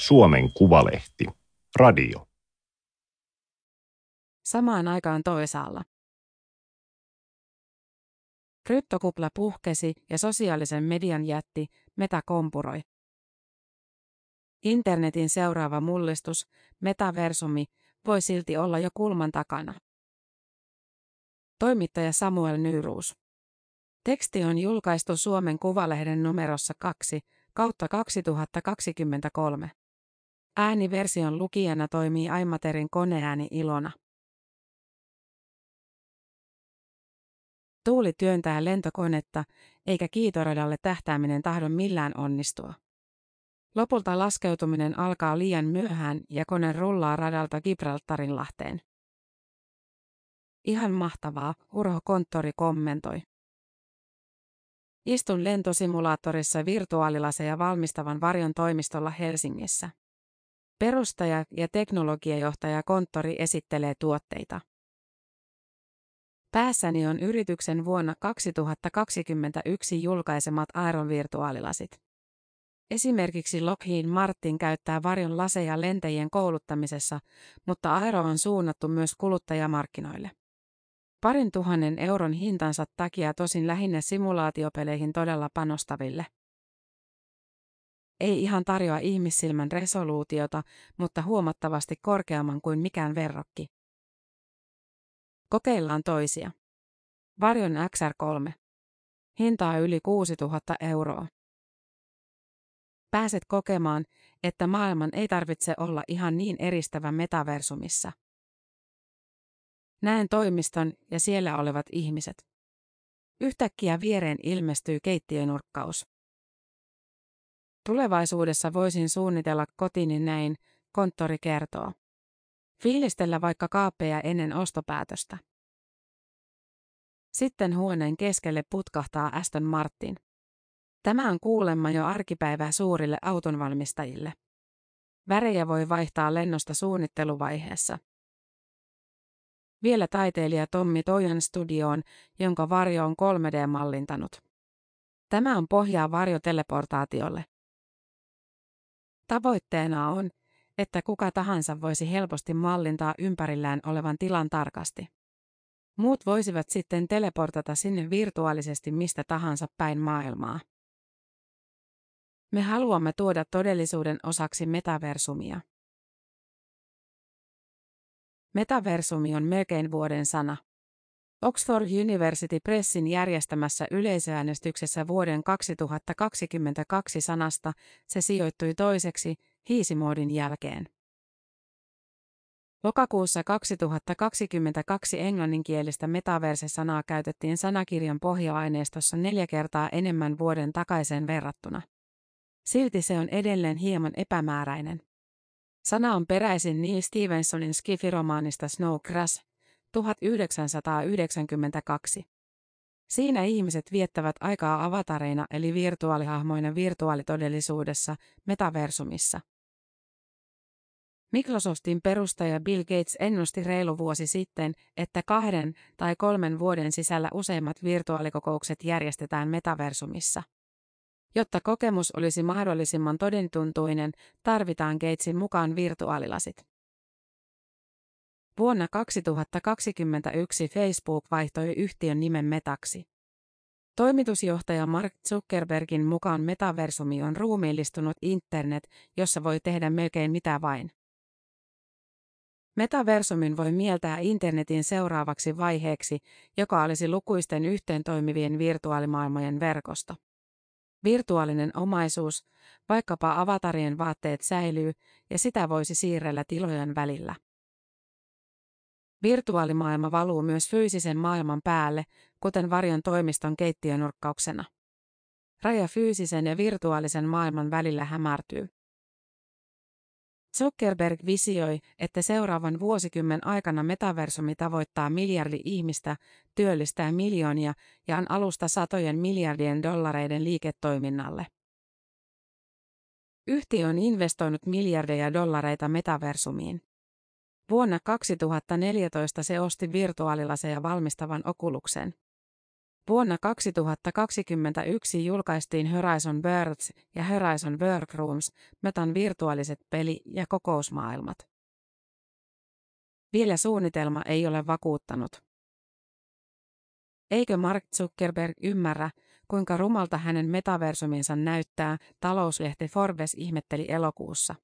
Suomen Kuvalehti. Radio. Samaan aikaan toisaalla. Kryptokupla puhkesi ja sosiaalisen median jätti Meta kompuroi. Internetin seuraava mullistus, metaversumi, voi silti olla jo kulman takana. Toimittaja Samuel Nyyruus. Teksti on julkaistu Suomen Kuvalehden numerossa 2/2023. Ääniversion lukijana toimii Aimaterin koneääni Ilona. Tuuli työntää lentokonetta, eikä kiitoradalle tähtääminen tahdo millään onnistua. Lopulta laskeutuminen alkaa liian myöhään ja kone rullaa radalta Gibraltarinlahteen. Ihan mahtavaa, Urho Konttori kommentoi. Istun lentosimulaattorissa virtuaalilaseja valmistavan Varjon toimistolla Helsingissä. Perustaja ja teknologiajohtaja Konttori esittelee tuotteita. Päässäni on yrityksen vuonna 2021 julkaisemat Aeron virtuaalilasit. Esimerkiksi Lockheed Martin käyttää Varjon laseja lentäjien kouluttamisessa, mutta Aero on suunnattu myös kuluttajamarkkinoille. 2 000 euron hintansa takia tosin lähinnä simulaatiopeleihin todella panostaville. Ei ihan tarjoa ihmissilmän resoluutiota, mutta huomattavasti korkeamman kuin mikään verrokki. Kokeillaan toisia. Varjon XR3. Hintaa yli 6 000 euroa. Pääset kokemaan, että maailman ei tarvitse olla ihan niin eristävä metaversumissa. Näen toimiston ja siellä olevat ihmiset. Yhtäkkiä viereen ilmestyy keittiönurkkaus. Tulevaisuudessa voisin suunnitella kotini näin, Konttori kertoo. Fiilistellä vaikka kaappeja ennen ostopäätöstä. Sitten huoneen keskelle putkahtaa Aston Martin. Tämä on kuulemma jo arkipäivää suurille autonvalmistajille. Värejä voi vaihtaa lennosta suunnitteluvaiheessa. Vielä taiteilija Tommi Toijan studioon, jonka Varjo on 3D-mallintanut. Tämä on pohjaa Varjo-teleportaatiolle. Tavoitteena on, että kuka tahansa voisi helposti mallintaa ympärillään olevan tilan tarkasti. Muut voisivat sitten teleportata sinne virtuaalisesti mistä tahansa päin maailmaa. Me haluamme tuoda todellisuuden osaksi metaversumia. Metaversumi on melkein vuoden sana. Oxford University Pressin järjestämässä yleisöäänestyksessä vuoden 2022 sanasta se sijoittui toiseksi hiisimoodin jälkeen. Lokakuussa 2022 englanninkielistä metaverse-sanaa käytettiin sanakirjan pohja-aineistossa 4 kertaa enemmän vuoden takaiseen verrattuna. Silti se on edelleen hieman epämääräinen. Sana on peräisin Neil Stevensonin skifiromaanista Snow Crash 1992. Siinä ihmiset viettävät aikaa avatareina eli virtuaalihahmoina virtuaalitodellisuudessa, metaversumissa. Microsoftin perustaja Bill Gates ennusti reilu vuosi sitten, että 2 tai 3 vuoden sisällä useimmat virtuaalikokoukset järjestetään metaversumissa. Jotta kokemus olisi mahdollisimman todentuntuinen, tarvitaan Gatesin mukaan virtuaalilasit. Vuonna 2021 Facebook vaihtoi yhtiön nimen Metaksi. Toimitusjohtaja Mark Zuckerbergin mukaan metaversumi on ruumiillistunut internet, jossa voi tehdä melkein mitä vain. Metaversumin voi mieltää internetin seuraavaksi vaiheeksi, joka olisi lukuisten yhteentoimivien virtuaalimaailmojen verkosto. Virtuaalinen omaisuus, vaikkapa avatarien vaatteet säilyy, ja sitä voisi siirrellä tilojen välillä. Virtuaalimaailma valuu myös fyysisen maailman päälle, kuten Varjon toimiston keittiönurkkauksena. Raja fyysisen ja virtuaalisen maailman välillä hämärtyy. Zuckerberg visioi, että seuraavan vuosikymmen aikana metaversumi tavoittaa miljardi ihmistä, työllistää miljoonia ja on alusta satojen miljardien dollareiden liiketoiminnalle. Yhtiö on investoinut miljardeja dollareita metaversumiin. Vuonna 2014 se osti virtuaalilaseja valmistavan Oculusen. Vuonna 2021 julkaistiin Horizon Worlds ja Horizon Workrooms, Metan virtuaaliset peli- ja kokousmaailmat. Vielä suunnitelma ei ole vakuuttanut. Eikö Mark Zuckerberg ymmärrä, kuinka rumalta hänen metaversuminsa näyttää, talouslehti Forbes ihmetteli elokuussa.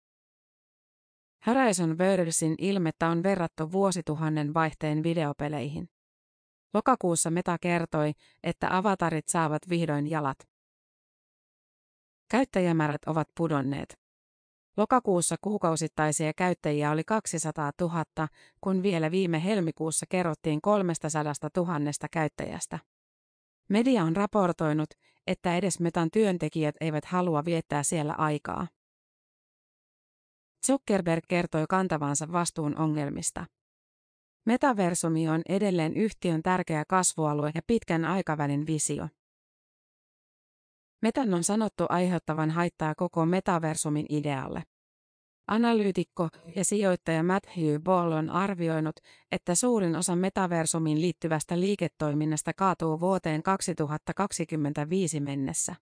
Horizon Worldsin ilmettä on verrattu vuosituhannen vaihteen videopeleihin. Lokakuussa Meta kertoi, että avatarit saavat vihdoin jalat. Käyttäjämäärät ovat pudonneet. Lokakuussa kuukausittaisia käyttäjiä oli 200 000, kun vielä viime helmikuussa kerrottiin 300 000 käyttäjästä. Media on raportoinut, että edes Metan työntekijät eivät halua viettää siellä aikaa. Zuckerberg kertoi kantavansa vastuun ongelmista. Metaversumi on edelleen yhtiön tärkeä kasvualue ja pitkän aikavälin visio. Metan on sanottu aiheuttavan haittaa koko metaversumin idealle. Analyytikko ja sijoittaja Matthew Ball on arvioinut, että suurin osa metaversumiin liittyvästä liiketoiminnasta kaatuu vuoteen 2025 mennessä.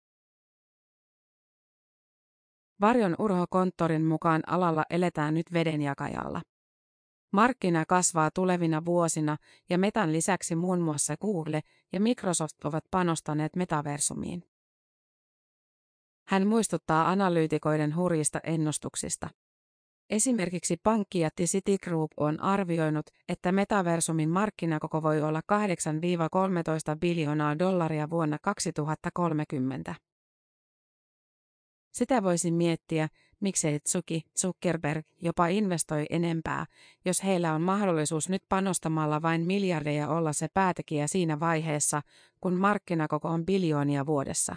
Varjon Urho Konttorin mukaan alalla eletään nyt vedenjakajalla. Markkina kasvaa tulevina vuosina ja Metan lisäksi muun muassa Google ja Microsoft ovat panostaneet metaversumiin. Hän muistuttaa analyytikoiden hurjista ennustuksista. Esimerkiksi pankkijätti Citigroup on arvioinut, että metaversumin markkinakoko voi olla 8–13 biljoonaa dollaria vuonna 2030. Sitä voisi miettiä, miksei Zuckerberg jopa investoi enempää, jos heillä on mahdollisuus nyt panostamalla vain miljardeja olla se päätekijä siinä vaiheessa, kun markkinakoko on biljoonia vuodessa.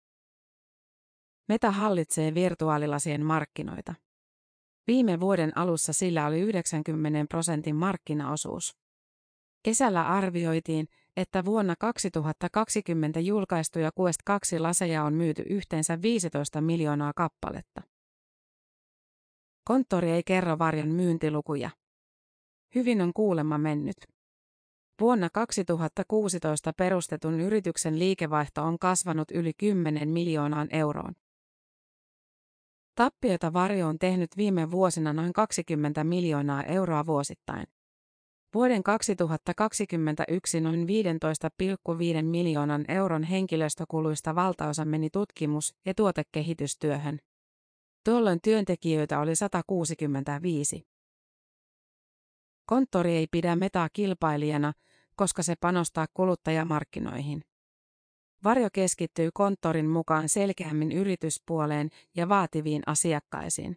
Meta hallitsee virtuaalilasien markkinoita. Viime vuoden alussa sillä oli 90% markkinaosuus. Kesällä arvioitiin, että vuonna 2020 julkaistuja Quest 2 laseja on myyty yhteensä 15 miljoonaa kappaletta. Konttori ei kerro Varjon myyntilukuja. Hyvin on kuulemma mennyt. Vuonna 2016 perustetun yrityksen liikevaihto on kasvanut yli 10 miljoonaan euroon. Tappiota Varjo on tehnyt viime vuosina noin 20 miljoonaa euroa vuosittain. Vuoden 2021 noin 15,5 miljoonan euron henkilöstökuluista valtaosa meni tutkimus- ja tuotekehitystyöhön. Tuolloin työntekijöitä oli 165. Konttori ei pidä Metaa kilpailijana, koska se panostaa kuluttajamarkkinoihin. Varjo keskittyy Konttorin mukaan selkeämmin yrityspuoleen ja vaativiin asiakkaisiin.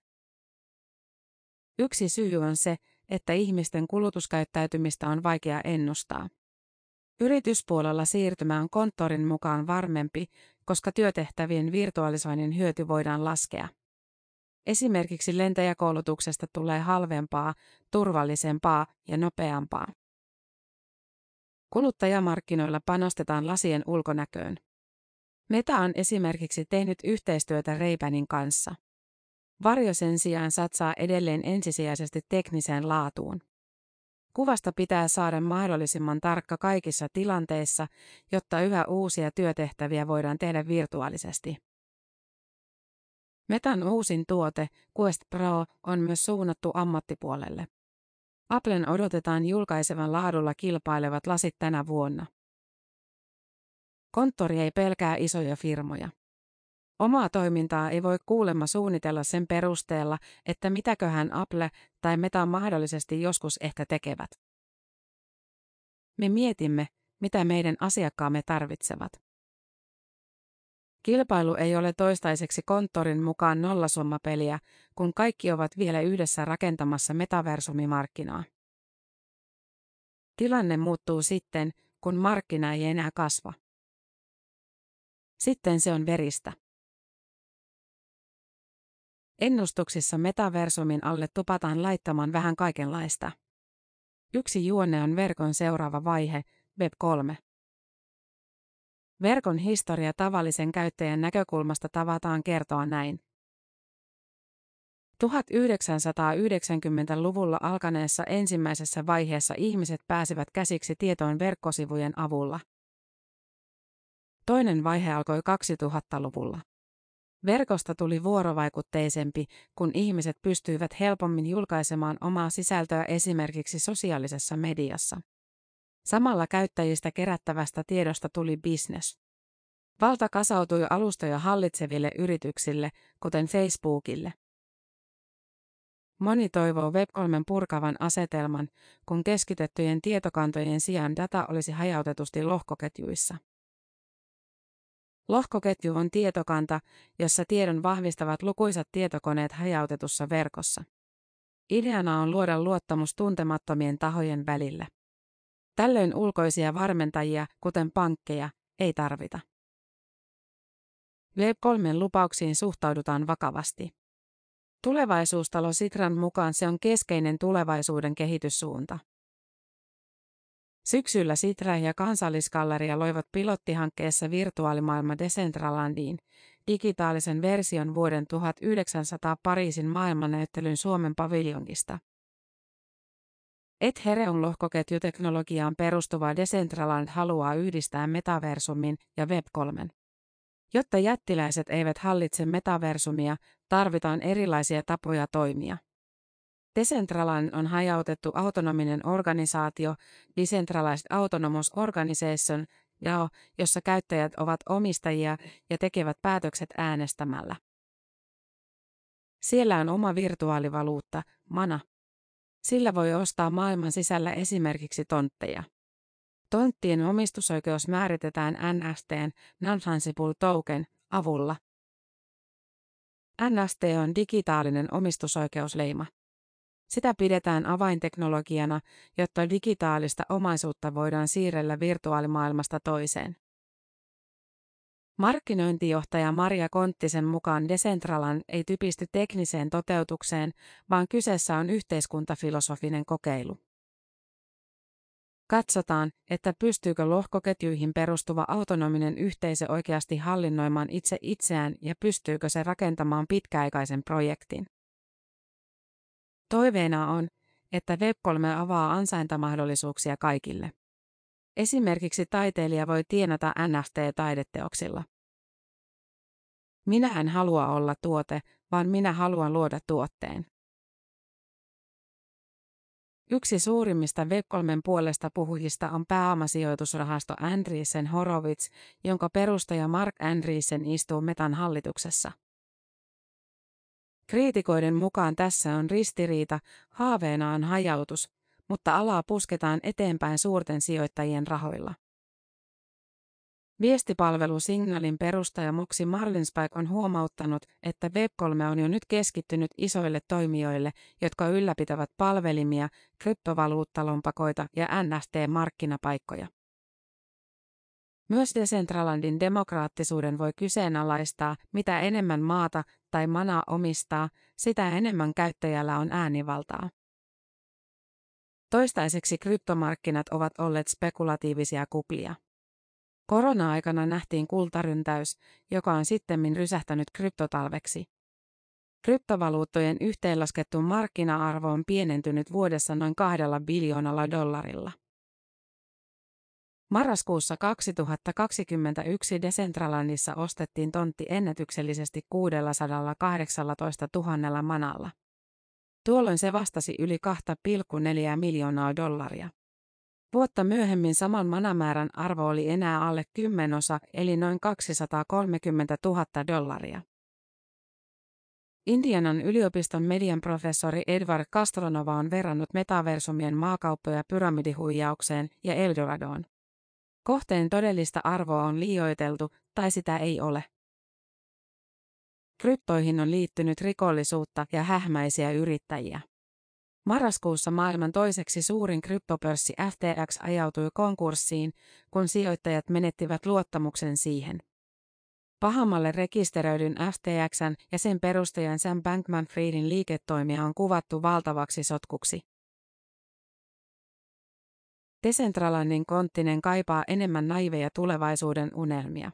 Yksi syy on se, että ihmisten kulutuskäyttäytymistä on vaikea ennustaa. Yrityspuolella siirtymä on Konttorin mukaan varmempi, koska työtehtävien virtualisoinnin hyöty voidaan laskea. Esimerkiksi lentäjäkoulutuksesta tulee halvempaa, turvallisempaa ja nopeampaa. Kuluttajamarkkinoilla panostetaan lasien ulkonäköön. Meta on esimerkiksi tehnyt yhteistyötä Ray-Banin kanssa. Varjo sen sijaan satsaa edelleen ensisijaisesti tekniseen laatuun. Kuvasta pitää saada mahdollisimman tarkka kaikissa tilanteissa, jotta yhä uusia työtehtäviä voidaan tehdä virtuaalisesti. Metan uusin tuote, Quest Pro, on myös suunnattu ammattipuolelle. Applen odotetaan julkaisevan laadulla kilpailevat lasit tänä vuonna. Konttori ei pelkää isoja firmoja. Omaa toimintaa ei voi kuulemma suunnitella sen perusteella, että mitäköhän Apple tai Meta mahdollisesti joskus ehkä tekevät. Me mietimme, mitä meidän asiakkaamme tarvitsevat. Kilpailu ei ole toistaiseksi Konttorin mukaan nollasummapeliä, kun kaikki ovat vielä yhdessä rakentamassa metaversumimarkkinaa. Tilanne muuttuu sitten, kun markkina ei enää kasva. Sitten se on veristä. Ennustuksissa metaversumin alle tupataan laittamaan vähän kaikenlaista. Yksi juonne on verkon seuraava vaihe, Web 3. Verkon historia tavallisen käyttäjän näkökulmasta tavataan kertoa näin. 1990-luvulla alkaneessa ensimmäisessä vaiheessa ihmiset pääsivät käsiksi tietoon verkkosivujen avulla. Toinen vaihe alkoi 2000-luvulla. Verkosta tuli vuorovaikutteisempi, kun ihmiset pystyivät helpommin julkaisemaan omaa sisältöä esimerkiksi sosiaalisessa mediassa. Samalla käyttäjistä kerättävästä tiedosta tuli business. Valta kasautui alustoja hallitseville yrityksille, kuten Facebookille. Moni toivoo Web3 purkavan asetelman, kun keskitettyjen tietokantojen sijaan data olisi hajautetusti lohkoketjuissa. Lohkoketju on tietokanta, jossa tiedon vahvistavat lukuisat tietokoneet hajautetussa verkossa. Ideana on luoda luottamus tuntemattomien tahojen välillä. Tällöin ulkoisia varmentajia, kuten pankkeja, ei tarvita. Web3 lupauksiin suhtaudutaan vakavasti. Tulevaisuustalo Sitran mukaan se on keskeinen tulevaisuuden kehityssuunta. Syksyllä Sitra ja Kansallisgalleria loivat pilottihankkeessa virtuaalimaailma Decentralandiin, digitaalisen version vuoden 1900 Pariisin maailmannäyttelyn Suomen paviljongista. Ethereum lohkoketjuteknologiaan perustuva Decentraland haluaa yhdistää metaversumin ja Web3. Jotta jättiläiset eivät hallitse metaversumia, tarvitaan erilaisia tapoja toimia. Decentraland on hajautettu autonominen organisaatio, Decentralized Autonomous Organization, DAO, jossa käyttäjät ovat omistajia ja tekevät päätökset äänestämällä. Siellä on oma virtuaalivaluutta, mana. Sillä voi ostaa maailman sisällä esimerkiksi tontteja. Tonttien omistusoikeus määritetään NFT:n Non-Fungible Token avulla. NFT on digitaalinen omistusoikeusleima. Sitä pidetään avainteknologiana, jotta digitaalista omaisuutta voidaan siirrellä virtuaalimaailmasta toiseen. Markkinointijohtaja Maria Konttisen mukaan Decentraland ei typisty tekniseen toteutukseen, vaan kyseessä on yhteiskuntafilosofinen kokeilu. Katsotaan, että pystyykö lohkoketjuihin perustuva autonominen yhteisö oikeasti hallinnoimaan itse itseään ja pystyykö se rakentamaan pitkäaikaisen projektin. Toiveena on, että Web3 avaa ansaintamahdollisuuksia kaikille. Esimerkiksi taiteilija voi tienata NFT-taideteoksilla. Minä en halua olla tuote, vaan minä haluan luoda tuotteen. Yksi suurimmista Web3 puolesta puhujista on pääomasijoitusrahasto Andreessen Horowitz, jonka perustaja Mark Andreessen istuu Metan hallituksessa. Kriitikoiden mukaan tässä on ristiriita, haaveena on hajautus, mutta alaa pusketaan eteenpäin suurten sijoittajien rahoilla. Viestipalvelu Signalin perustaja Moxie Marlinspike on huomauttanut, että Web3 on jo nyt keskittynyt isoille toimijoille, jotka ylläpitävät palvelimia, kryptovaluuttalompakoita ja NFT-markkinapaikkoja. Myös Decentralandin demokraattisuuden voi kyseenalaistaa, mitä enemmän maata tai manaa omistaa, sitä enemmän käyttäjällä on äänivaltaa. Toistaiseksi kryptomarkkinat ovat olleet spekulatiivisia kuplia. Korona-aikana nähtiin kultaryntäys, joka on sittemmin rysähtänyt kryptotalveksi. Kryptovaluuttojen yhteenlaskettu markkina-arvo on pienentynyt vuodessa noin $2 biljoonalla. Marraskuussa 2021 Decentralandissa ostettiin tontti ennätyksellisesti $618 000 manalla. Tuolloin se vastasi yli $2,4 miljoonaa. Vuotta myöhemmin saman manamäärän arvo oli enää alle 10% eli noin $230 000. Indianan yliopiston median professori Edward Castronova on verrannut metaversumien maakauppoja pyramidihuijaukseen ja Eldoradoon. Kohteen todellista arvoa on liioiteltu, tai sitä ei ole. Kryptoihin on liittynyt rikollisuutta ja hähmäisiä yrittäjiä. Marraskuussa maailman toiseksi suurin kryptopörssi FTX ajautui konkurssiin, kun sijoittajat menettivät luottamuksen siihen. Bahamalle rekisteröidyn FTX:n ja sen perustajan Sam Bankman-Friedin liiketoimia on kuvattu valtavaksi sotkuksi. Decentralandin Konttinen kaipaa enemmän naiiveja tulevaisuuden unelmia.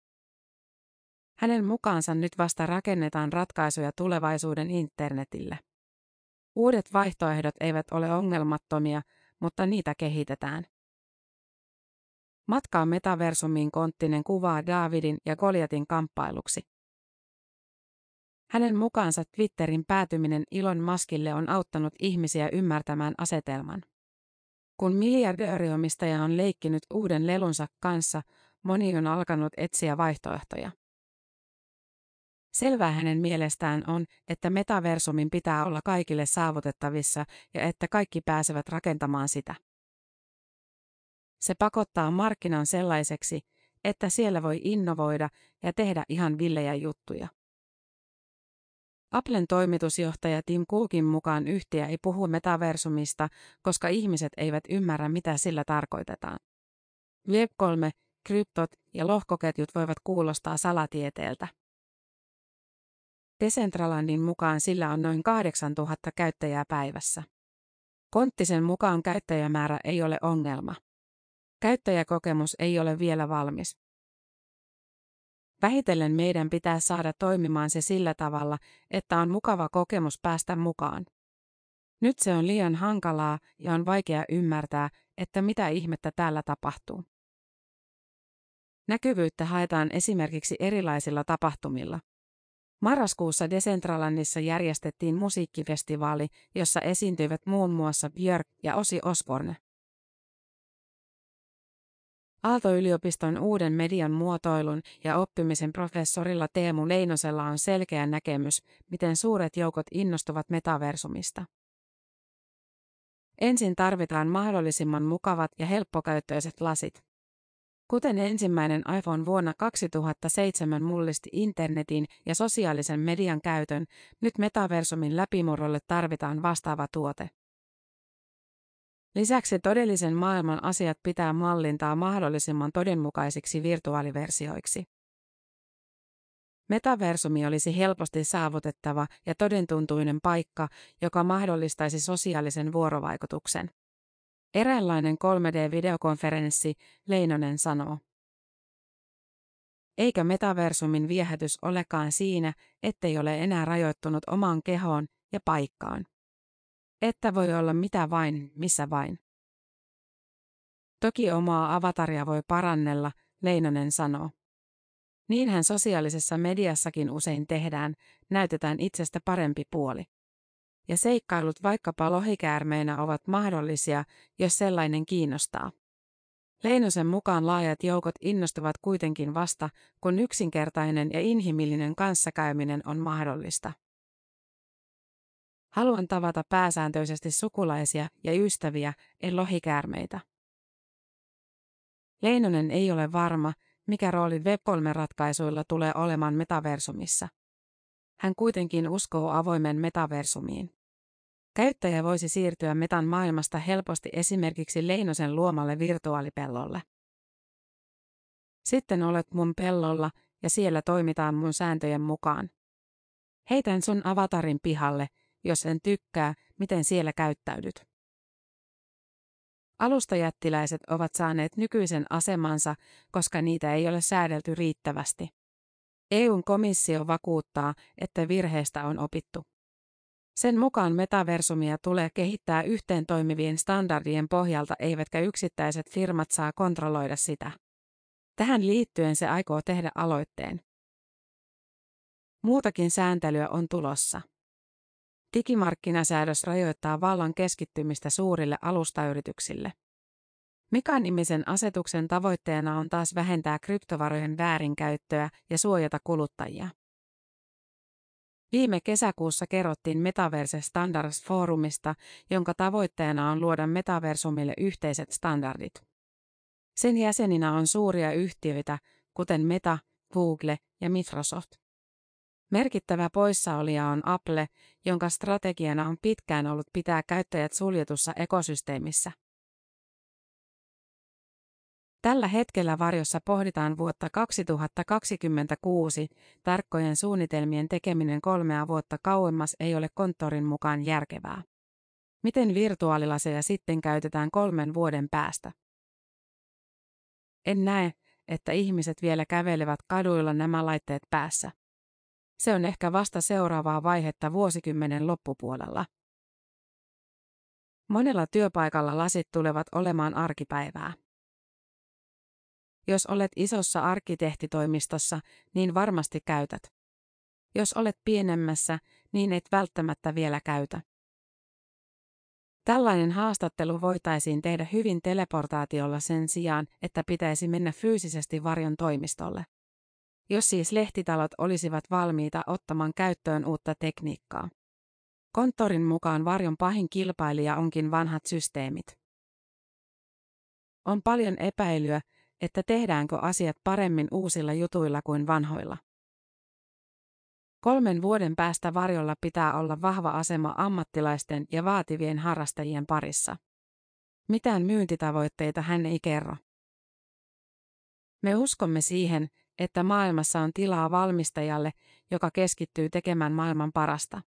Hänen mukaansa nyt vasta rakennetaan ratkaisuja tulevaisuuden internetille. Uudet vaihtoehdot eivät ole ongelmattomia, mutta niitä kehitetään. Matkaa metaversumiin konttinen kuvaa Davidin ja Goliatin kamppailuksi. Hänen mukaansa Twitterin päätyminen Elon Muskille on auttanut ihmisiä ymmärtämään asetelman. Kun miljardööriomistaja on leikkinyt uuden lelunsa kanssa, moni on alkanut etsiä vaihtoehtoja. Selvää hänen mielestään on, että metaversumin pitää olla kaikille saavutettavissa ja että kaikki pääsevät rakentamaan sitä. Se pakottaa markkinan sellaiseksi, että siellä voi innovoida ja tehdä ihan villejä juttuja. Applen toimitusjohtaja Tim Cookin mukaan yhtiö ei puhu metaversumista, koska ihmiset eivät ymmärrä, mitä sillä tarkoitetaan. Web3, kryptot ja lohkoketjut voivat kuulostaa salatieteeltä. Decentralandin mukaan sillä on noin 8000 käyttäjää päivässä. Konttisen mukaan käyttäjämäärä ei ole ongelma. Käyttäjäkokemus ei ole vielä valmis. Vähitellen meidän pitää saada toimimaan se sillä tavalla, että on mukava kokemus päästä mukaan. Nyt se on liian hankalaa ja on vaikea ymmärtää, että mitä ihmettä täällä tapahtuu. Näkyvyyttä haetaan esimerkiksi erilaisilla tapahtumilla. Marraskuussa Decentralandissa järjestettiin musiikkifestivaali, jossa esiintyivät muun muassa Björk ja Ozzy Osbourne. Aalto-yliopiston uuden median muotoilun ja oppimisen professorilla Teemu Leinosella on selkeä näkemys, miten suuret joukot innostuvat metaversumista. Ensin tarvitaan mahdollisimman mukavat ja helppokäyttöiset lasit. Kuten ensimmäinen iPhone vuonna 2007 mullisti internetin ja sosiaalisen median käytön, nyt metaversumin läpimurrolle tarvitaan vastaava tuote. Lisäksi todellisen maailman asiat pitää mallintaa mahdollisimman todenmukaisiksi virtuaaliversioiksi. Metaversumi olisi helposti saavutettava ja todentuntuinen paikka, joka mahdollistaisi sosiaalisen vuorovaikutuksen. Eräänlainen 3D-videokonferenssi, Leinonen sanoo. Eikä metaversumin viehätys olekaan siinä, ettei ole enää rajoittunut omaan kehoon ja paikkaan. Että voi olla mitä vain, missä vain. Toki omaa avataria voi parannella, Leinonen sanoo. Niinhän sosiaalisessa mediassakin usein tehdään, näytetään itsestä parempi puoli. Ja seikkailut vaikkapa lohikäärmeinä ovat mahdollisia, jos sellainen kiinnostaa. Leinosen mukaan laajat joukot innostuvat kuitenkin vasta, kun yksinkertainen ja inhimillinen kanssakäyminen on mahdollista. Haluan tavata pääsääntöisesti sukulaisia ja ystäviä, en lohikäärmeitä. Leinonen ei ole varma, mikä rooli Web3-ratkaisuilla tulee olemaan metaversumissa. Hän kuitenkin uskoo avoimen metaversumiin. Käyttäjä voisi siirtyä metan maailmasta helposti esimerkiksi Leinosen luomalle virtuaalipellolle. Sitten olet mun pellolla ja siellä toimitaan mun sääntöjen mukaan. Heitän sun avatarin pihalle, jos en tykkää, miten siellä käyttäydyt. Alustajättiläiset ovat saaneet nykyisen asemansa, koska niitä ei ole säädelty riittävästi. EU:n komissio vakuuttaa, että virheestä on opittu. Sen mukaan metaversumia tulee kehittää yhteen toimivien standardien pohjalta, eivätkä yksittäiset firmat saa kontrolloida sitä. Tähän liittyen se aikoo tehdä aloitteen. Muutakin sääntelyä on tulossa. Digimarkkinasäädös rajoittaa vallan keskittymistä suurille alustayrityksille. Mika-nimisen asetuksen tavoitteena on taas vähentää kryptovarojen väärinkäyttöä ja suojata kuluttajia. Viime kesäkuussa kerrottiin Metaverse Standards Forumista, jonka tavoitteena on luoda metaversumille yhteiset standardit. Sen jäseninä on suuria yhtiöitä, kuten Meta, Google ja Microsoft. Merkittävä poissaolija on Apple, jonka strategiana on pitkään ollut pitää käyttäjät suljetussa ekosysteemissä. Tällä hetkellä varjossa pohditaan vuotta 2026, tarkkojen suunnitelmien tekeminen 3 vuotta kauemmas ei ole konttorin mukaan järkevää. Miten virtuaalilaseja sitten käytetään 3 vuoden päästä? En näe, että ihmiset vielä kävelevät kaduilla nämä laitteet päässä. Se on ehkä vasta seuraavaa vaihetta vuosikymmenen loppupuolella. Monella työpaikalla lasit tulevat olemaan arkipäivää. Jos olet isossa arkkitehtitoimistossa, niin varmasti käytät. Jos olet pienemmässä, niin et välttämättä vielä käytä. Tällainen haastattelu voitaisiin tehdä hyvin teleportaatiolla sen sijaan, että pitäisi mennä fyysisesti Varjon toimistolle. Jos siis lehtitalot olisivat valmiita ottamaan käyttöön uutta tekniikkaa. Konttorin mukaan Varjon pahin kilpailija onkin vanhat systeemit. On paljon epäilyä, että tehdäänkö asiat paremmin uusilla jutuilla kuin vanhoilla. 3 vuoden päästä Varjolla pitää olla vahva asema ammattilaisten ja vaativien harrastajien parissa. Mitään myyntitavoitteita hän ei kerro. Me uskomme siihen, että maailmassa on tilaa valmistajalle, joka keskittyy tekemään maailman parasta.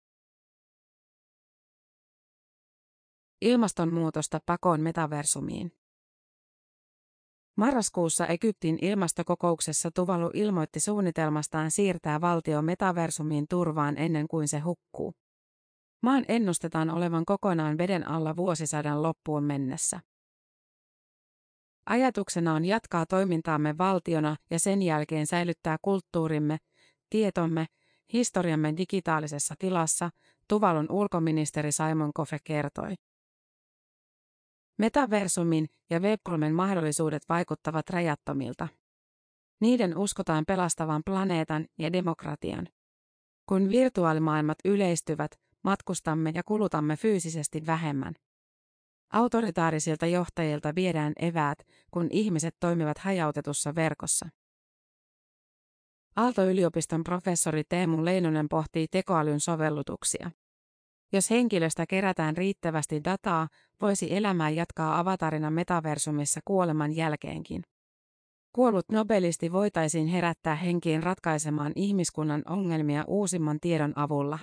Ilmastonmuutosta pakoon metaversumiin. Marraskuussa Egyptin ilmastokokouksessa Tuvalu ilmoitti suunnitelmastaan siirtää valtio metaversumiin turvaan ennen kuin se hukkuu. Maan ennustetaan olevan kokonaan veden alla vuosisadan loppuun mennessä. Ajatuksena on jatkaa toimintaamme valtiona ja sen jälkeen säilyttää kulttuurimme, tietomme, historiamme digitaalisessa tilassa, Tuvalun ulkoministeri Simon Kofe kertoi. Metaversumin ja Web3 mahdollisuudet vaikuttavat rajattomilta. Niiden uskotaan pelastavan planeetan ja demokratian. Kun virtuaalimaailmat yleistyvät, matkustamme ja kulutamme fyysisesti vähemmän. Autoritaarisilta johtajilta viedään eväät, kun ihmiset toimivat hajautetussa verkossa. Aalto-yliopiston professori Teemu Leinonen pohtii tekoälyn sovellutuksia. Jos henkilöstä kerätään riittävästi dataa, voisi elämää jatkaa avatarina metaversumissa kuoleman jälkeenkin. Kuollut nobelisti voitaisiin herättää henkiin ratkaisemaan ihmiskunnan ongelmia uusimman tiedon avulla.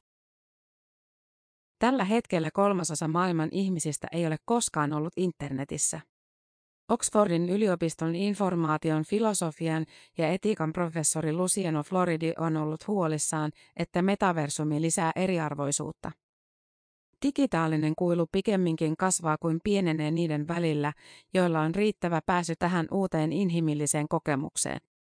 Tällä hetkellä 1/3 maailman ihmisistä ei ole koskaan ollut internetissä. Oxfordin yliopiston informaation filosofian ja etiikan professori Luciano Floridi on ollut huolissaan, että metaversumi lisää eriarvoisuutta. Digitaalinen kuilu pikemminkin kasvaa kuin pienenee niiden välillä, joilla on riittävä pääsy tähän uuteen inhimilliseen kokemukseen.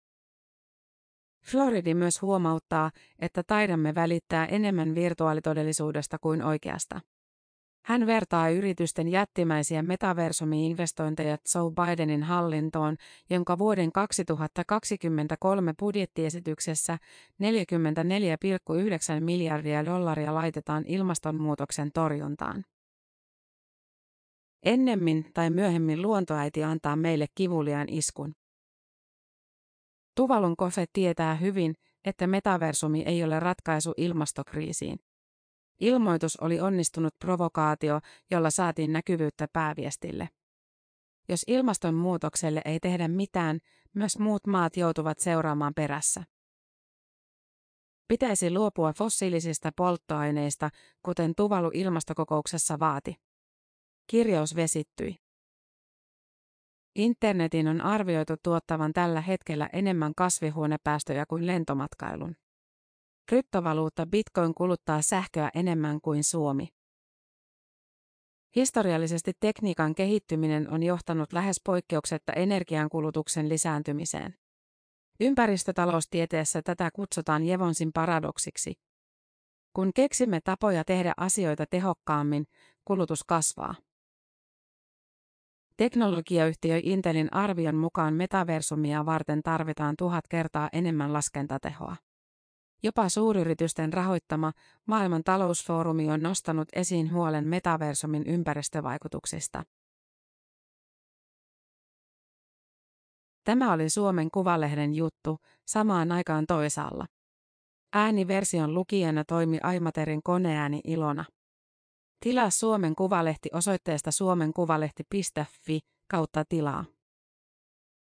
Floridi myös huomauttaa, että taidamme välittää enemmän virtuaalitodellisuudesta kuin oikeasta. Hän vertaa yritysten jättimäisiä metaversumi-investointeja Joe Bidenin hallintoon, jonka vuoden 2023 budjettiesityksessä $44,9 miljardia laitetaan ilmastonmuutoksen torjuntaan. Ennemmin tai myöhemmin luontoäiti antaa meille kivuliaan iskun. Tuvalun Kofe tietää hyvin, että metaversumi ei ole ratkaisu ilmastokriisiin. Ilmoitus oli onnistunut provokaatio, jolla saatiin näkyvyyttä pääviestille. Jos ilmastonmuutokselle ei tehdä mitään, myös muut maat joutuvat seuraamaan perässä. Pitäisi luopua fossiilisista polttoaineista, kuten Tuvalu ilmastokokouksessa vaati. Kirjaus vesittyi. Internetin on arvioitu tuottavan tällä hetkellä enemmän kasvihuonepäästöjä kuin lentomatkailun. Kryptovaluutta Bitcoin kuluttaa sähköä enemmän kuin Suomi. Historiallisesti tekniikan kehittyminen on johtanut lähes poikkeuksetta energiankulutuksen lisääntymiseen. Ympäristötaloustieteessä tätä kutsutaan Jevonsin paradoksiksi. Kun keksimme tapoja tehdä asioita tehokkaammin, kulutus kasvaa. Teknologiayhtiö Intelin arvion mukaan metaversumia varten tarvitaan 1000 kertaa enemmän laskentatehoa. Jopa suuryritysten rahoittama Maailman talousfoorumi on nostanut esiin huolen metaversumin ympäristövaikutuksista. Tämä oli Suomen Kuvalehden juttu, samaan aikaan toisaalla. Ääniversion lukijana toimi Aimaterin koneääni Ilona. Tilaa Suomen Kuvalehti osoitteesta suomenkuvalehti.fi/tilaa.